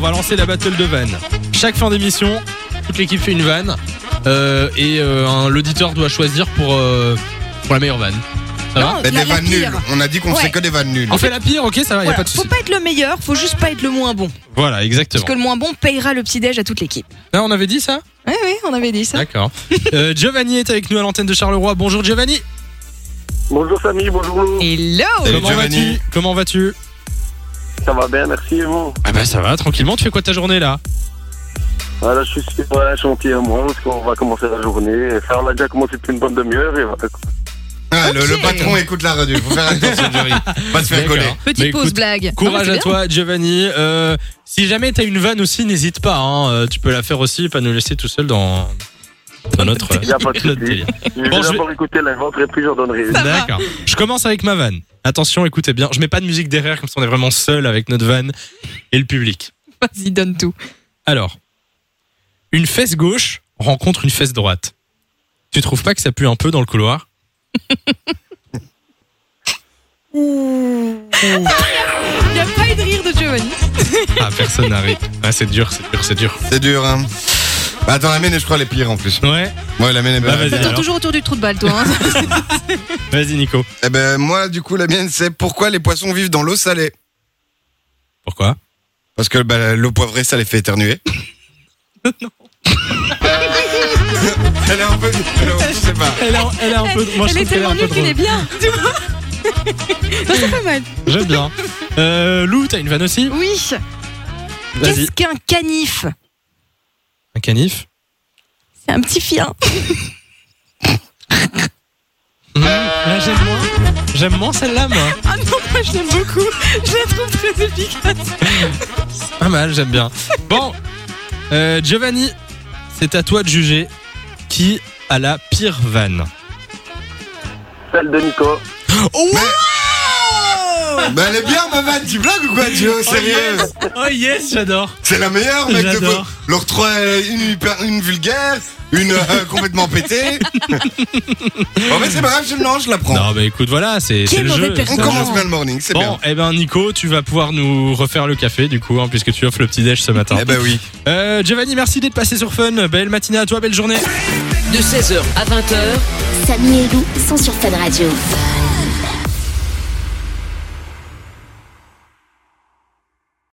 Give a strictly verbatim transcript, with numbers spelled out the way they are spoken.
va lancer la battle de vannes. Chaque fin d'émission, toute l'équipe fait une vanne euh, et euh, un, l'auditeur doit choisir pour, euh, pour la meilleure vanne. Ça Non, va Mais la- des la vannes pire. nulles. On a dit qu'on Ouais. fait que des vannes nulles. On fait la pire, ok, ça va, y a Voilà. pas de Faut souci. pas être le meilleur, faut juste pas être le moins bon. Voilà, exactement. Parce que le moins bon payera le petit-déj à toute l'équipe. Ah, on avait dit ça? Oui, oui, on avait dit ça. D'accord. euh, Giovanni est avec nous à l'antenne de Charleroi. Bonjour Giovanni. Bonjour Samy, bonjour Lou. Hello. Salut, Comment Giovanni. vas-tu Comment vas-tu Ça va bien, merci et vous? Ah bah ça va, tranquillement. Tu fais quoi de ta journée là? Voilà, je suis sur un chantier à moi parce qu'on va commencer la journée. Enfin, on a déjà commencé depuis une bonne demi-heure et voilà. Ah, le, Ok. le patron écoute la radio. Faut faire attention, Jerry. Pas se faire D'accord. coller. Petite Bah, pause écoute, blague. Courage Non, mais à c'est toi Giovanni. Euh, si jamais t'as une vanne aussi, n'hésite pas. Hein. Euh, Tu peux la faire aussi, pas nous laisser tout seul dans, dans notre, Il n'y a pas de notre souci. délire. Je vais Bon, je vais- d'abord écouter la vôtre et puis j'en donnerai une. Ça va. D'accord. Je commence avec ma vanne. Attention, écoutez bien. Je mets pas de musique derrière, comme ça on est vraiment seul avec notre vanne et le public. bien. Vas-y, donne tout. Alors, une fesse gauche rencontre une fesse droite. Tu trouves pas que ça pue un peu dans le couloir? Il n'y a pas eu de rire de Giovanni. Ah, personne n'arrive. Ah, c'est dur, c'est dur, c'est dur. C'est dur, hein. Bah, attends, la mienne, je crois, elle est pire en plus. Ouais, Ouais, la mienne est Bah, bien. vas-y. Attends, alors. toujours autour du trou de balle, toi. Hein. vas-y Nico. Eh ben, moi, du coup, la mienne, c'est pourquoi les poissons vivent dans l'eau salée. Pourquoi? Parce que bah, l'eau poivrée, ça les fait éternuer. Non. Elle est un peu. Je sais pas. Elle est, elle est un peu. Moi, je Elle est trouve qu'elle tellement un peu nulle qu'elle est drôle. bien. Tu vois. Non, c'est pas mal. J'aime bien. Euh, Lou, t'as une vanne aussi? Oui. Vas-y. Qu'est-ce qu'un canif? Un canif? C'est un petit chien. Mmh, là, j'aime moins. J'aime moins celle-là, moi. Ah non, moi je l'aime beaucoup. Je la trouve très efficace. Pas mal, j'aime bien. Bon, euh, Giovanni, c'est à toi de juger qui a la pire vanne. Celle de Nico. Oh, Bah, elle est bien, ma vanne. Tu blagues ou quoi, Gio? Sérieux? oh yes, j'adore. C'est la meilleure, mec. De J'adore. leur trois, une, hyper- une vulgaire, une euh, complètement pétée. En fait, c'est pas grave, je, non, je la prends. Non, bah écoute, voilà, c'est c'est Quelle le mauvaise jeu. personne. On c'est un commence jeu. bien le morning, c'est Bon, bien. eh ben Nico, tu vas pouvoir nous refaire le café du coup, hein, puisque tu offres le petit déj ce matin. Eh ben oui. Euh, Giovanni, merci d'être passé sur Fun. Belle matinée à toi, belle journée. De seize heures à vingt heures, Samy et Lou sont sur Fun Radio.